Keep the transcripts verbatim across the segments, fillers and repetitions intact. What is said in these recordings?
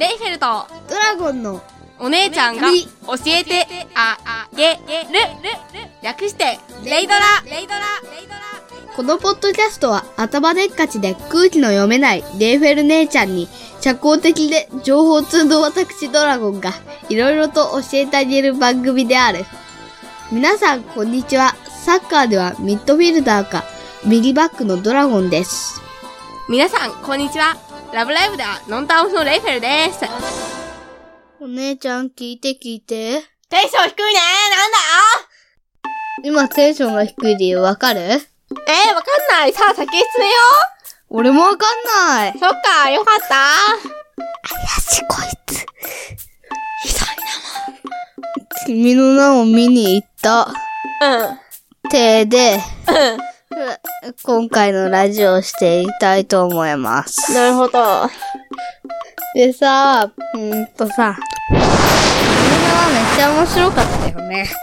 レイフェルトドラゴンのお姉ちゃんが教えてあげる略してレイドラレイドラレイドラ。 このポッドキャストは頭でっかちで空気の読めないレイフェル姉ちゃんに社交的で情報通の私ドラゴンがいろいろと教えてあげる番組である。皆さんこんにちは。サッカーではミッドフィルダーか右バックのドラゴンです。 皆さんこんにちは。ラブライブではノンタンオフのレイフェルです。 お姉ちゃん聞いて聞いて。 テンション低いね。なんだよ。 今テンションが低い理由わかる？ えー、わかんない。さあ先へ進めよう。俺もわかんない。 そっか、よかった。 怪しいこいつ。 ひどい君の名を見に行った。 なもん。 てで、 うん。 今回のラジオをしていきたいと思います。 なるほど。 でさ、うーんとさ、君の名はめっちゃ面白かったよね。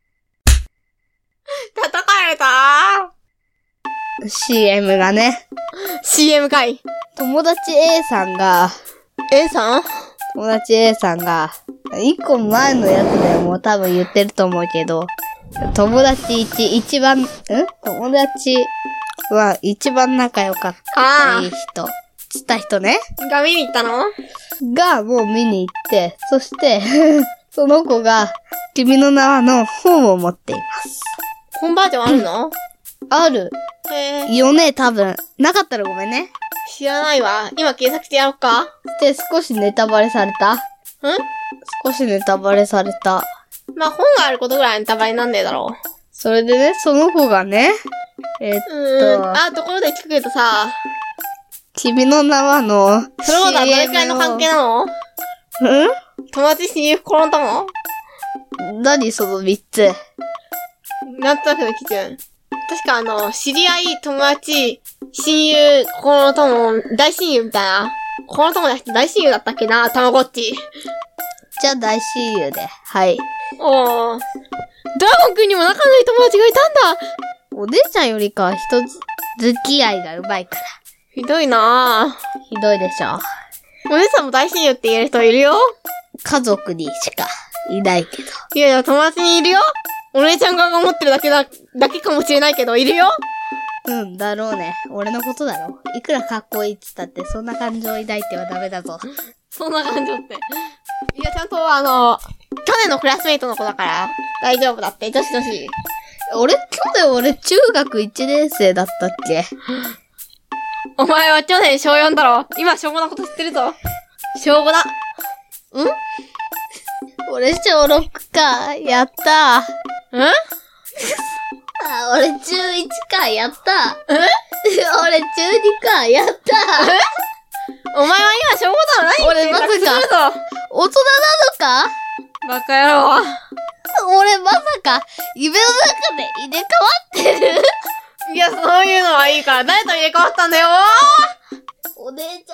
叩かれたシーエム がね。 シーエム かい。 友達 A さんが、 A さん友達 A さんが、一個前のやつでもう多分言ってると思うけど、友達いち、一番、ん友達は一番仲良かったいい人。つった人ね。 が見に行ったのが、もう見に行って、そして、その子が、君の名はの本を持っています。 本バージョンあるのある。 へー。 よね、多分。なかったらごめんね。 知らないわ。今検索してやろっか。 で、少しネタバレされた？ ん少しネタバレされた。 まあ、本があることぐらいネタバレなんねえだろう。 それでね、その子がね、えー、っうーん。 と、 あ、ところで聞くけどさ、 君の名はの、 そのことはどれくらいの関係なの？ ん？ 友達親友心の友？ 何その三つ。 なんとなくの基準。確かあの、知り合い、友達、親友、心の友、大親友みたいな。心の友じゃなくて大親友だったっけな、たまごっち。 じゃあ大親友で。はい。 おー。ドラゴンくんにも仲のいい友達がいたんだ。 お姉ちゃんよりかは人付き合いがうまいから。 ひどいなぁ。 ひどいでしょ。 お姉さんも大親友って言える人いるよ。 家族にしかいないけど。 いやいや、友達にいるよ。お姉ちゃん側が思ってるだけだ、だけかもしれないけど、いるよ。 うんだろうね。俺のことだろ。いくらかっこいいって言ったってそんな感情を抱いてはダメだぞ。 そんな感情って。いや、ちゃんとあの、去年のクラスメイトの子だから、大丈夫だって、女子女子。 俺、去年俺中学いちねん生だったっけ？ お前は去年小よんだろ。今小ごのこと知ってるぞ。小ごだ。ん？ 俺小ろくか。やったー。 ん？ あ、俺中いちか。やったー。 ん？ 俺中にか。やったー。 お前は今小ごだろ。何俺まさかするぞ。 大人なのか？ バカ野郎。 俺まさか夢の中で入れ替わってる？ いや、そういうのはいいから、誰と入れ替わったんだよ。 お姉ちゃん、えっ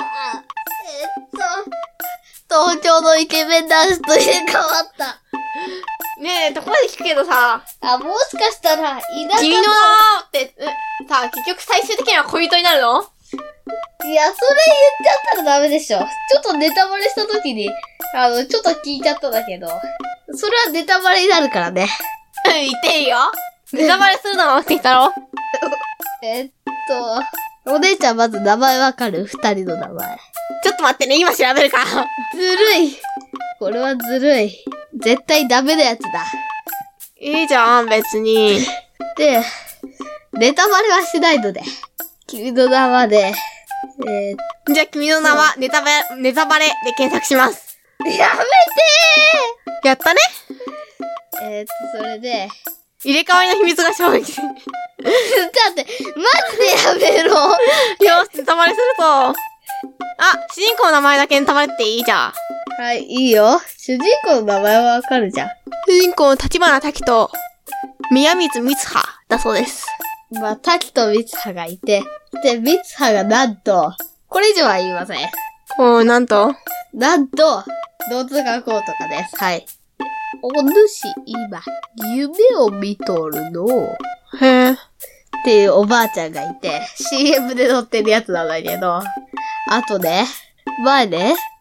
と、東京のイケメン男子と入れ替わった。 ねえ、ところで聞くけどさ、 あ、もしかしたら、田舎の君の名はって、えさ、結局最終的には恋人になるの？ いや、それ言っちゃったらダメでしょ。ちょっとネタバレした時に、あの、ちょっと聞いちゃったんだけど、それはネタバレになるからね。 言っていいよ。ネタバレするのがって言ったろ？ えっと、お姉ちゃんまず名前わかる？二人の名前。 ちょっと待ってね、今調べるか。 ずるい。これはずるい。絶対ダメなやつだ。 いいじゃん、別に。 で、ネタバレはしないので。君の名はで、えじゃあ君の名はネタバレ、ネタバレで検索します。 ー、やめてやったね。 ーえーっと、それで、 入れ替わりの秘密が衝撃。 だって、マジでやめろよし、ネタバレすると。あ、主人公の名前だけネタバレっていいじゃん。 はい、いいよ。主人公の名前はわかるじゃん。 主人公の立花滝と、宮水光葉だそうです。 まあ、滝と三葉がいて、で、三葉がなんと、これ以上は言いません。 おー、なんとなんと、同通学校とかです。はい。お主、今、夢を見とるの。 へー。 っていうおばあちゃんがいて、シーエム で載ってるやつなんだけど、あとね、前ね、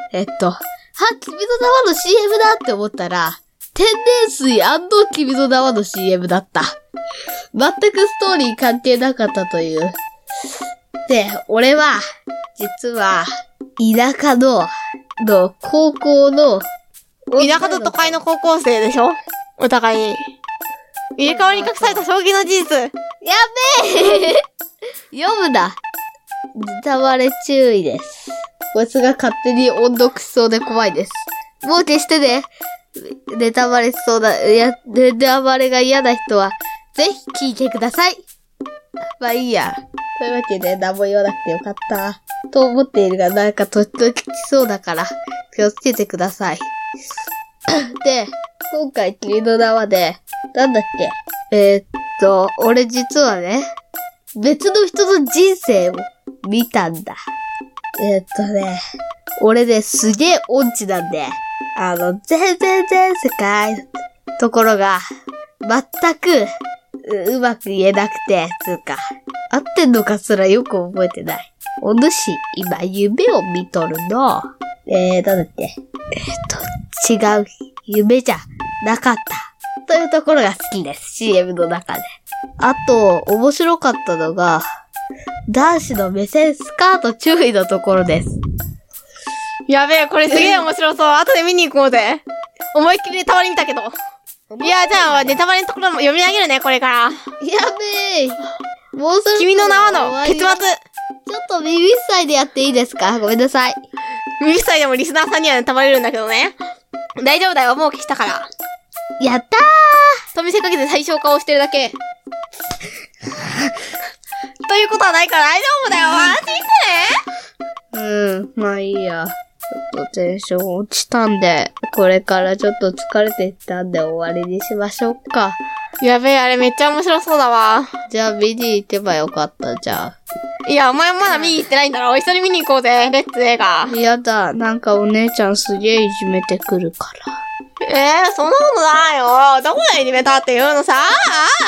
えっと、は、君の名はの シーエム だって思ったら、天然水&君の名はの シーエム だった。全くストーリー関係なかったという。で、俺は、実は、田舎の、の、高校の、 田舎と都会の高校生でしょお互いに。入れ替わりに隠された衝撃の事実。 やべえ読むな。ネタバレ注意です。こいつが勝手に音読しそうで怖いです。もう消してね。ネタバレしそうだ。いや、ネタバレが嫌な人は、ぜひ聞いてください。まあいいや。というわけで、何も言わなくてよかった。と思っているが、なんかとっときそうだから、気をつけてください。で、今回君の名はで、なんだっけ。えー、っと、俺実はね、別の人の人生を見たんだ。えー、っとね、俺ね、すげえ音痴なんで、あの、全然全世界のところが、全くう、うまく言えなくて、つうか、合ってんのかすらよく覚えてない。お主、今夢を見とるの。えー、なんだっけ。えー、っと、違う、夢じゃなかった。というところが好きです。シーエム の中で。あと、面白かったのが、男子の目線スカート注意のところです。 やべえ、これすげえ面白そう。後で見に行こうぜ。思いっきりネタバレ見たけど。いや、じゃあ、ネタバレのところも読み上げるね、これから。 やべえ。もうそろそろ君の名はの結末。 ちょっと耳塞いでやっていいですか？ごめんなさい。 耳塞いでもリスナーさんにはネタバレるんだけどね。大丈夫だよ、もう消したから。 やったーと見せかけて最小化をしてるだけ。ということはないから大丈夫だよ、安心してね。うん、まあいいや。ちょっとテンション落ちたんで、これからちょっと疲れてきたんで終わりにしましょうか。 やべえ、あれめっちゃ面白そうだわ。 じゃあ見に行けばよかった、じゃあ。 いや、お前まだ見に行ってないんだろ。一緒に見に行こうぜ、レッツ映画。 やだ、なんかお姉ちゃんすげえいじめてくるから。 えー、そんなことないよ。どこでいじめたって言うのさ。ああ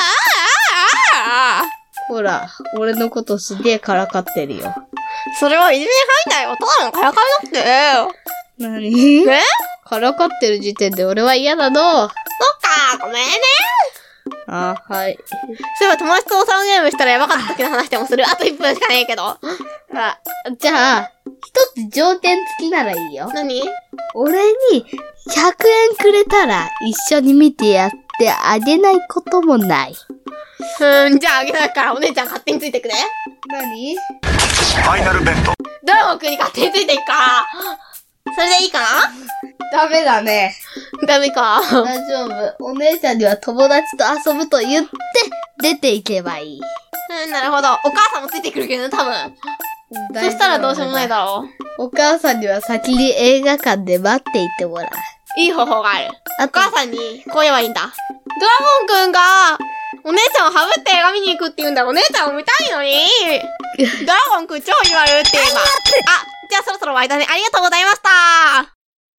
ああほら、俺のことすげえからかってるよ。 それはいじめ入んないよ。ただのからかいなくて。 何？ え？ からかってる時点で俺は嫌だの。そっか、ごめんね。 あ、はい。 そういえば友達とオサムゲームしたらやばかった時の話でもする。あといっぷんしかねえけど。あ、 じゃあ、一つ条件付きならいいよ。 何？ 俺にひゃくえんくれたら一緒に見てやってあげないこともない。 うーん、じゃああげないからお姉ちゃん勝手についてくね。 何？ ファイナルベッド。 ドラゴンくんに勝手についていくから。それでいいかな？ ダメだね。 ダメか。 大丈夫。お姉ちゃんには友達と遊ぶと言って出ていけばいい。 うん、なるほど。お母さんもついてくるけどね、多分。そしたらどうしようもないだろう。お母さんには先に映画館で待っていてもらう。 いい方法がある。お母さんにこう言えばいいんだ。ドラゴンくんが、お姉ちゃんをハブって映画見に行くって言うんだ。お姉ちゃんを見たいのに。ドラゴンくん超言われるって言えば。あ、じゃあそろそろ終わりだね。ありがとうございました。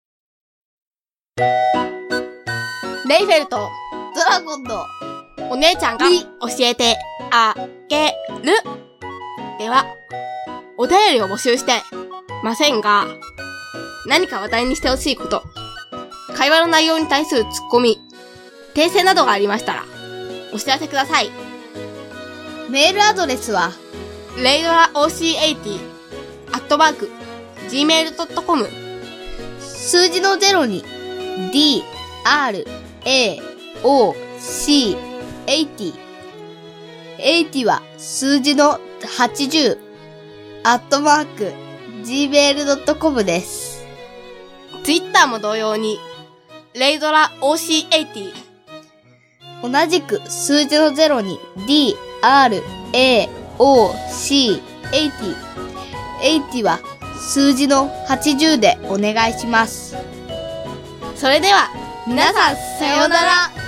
レイフェルとドラゴンのお姉ちゃんが教えてあげる。では、お便りを募集してませんが、何か話題にしてほしいこと、会話の内容に対するツッコミ、訂正などがありましたら、お知らせください。 メールアドレスは、 レイドラ オーシーエイティー アットマーク ジーメールドットコム数字のゼロに D、R、A、O、C、エイティー。エイティー は数字のはちじゅう、アットマーク、ジーメールドットコム です。 ツイッターも同様に、レイドラ オーシーエイティー。 同じく数字のゼロに D、R、A、O、C、エイティー。エイティー は数字のはちじゅうでお願いします。 それでは、皆さんさようなら。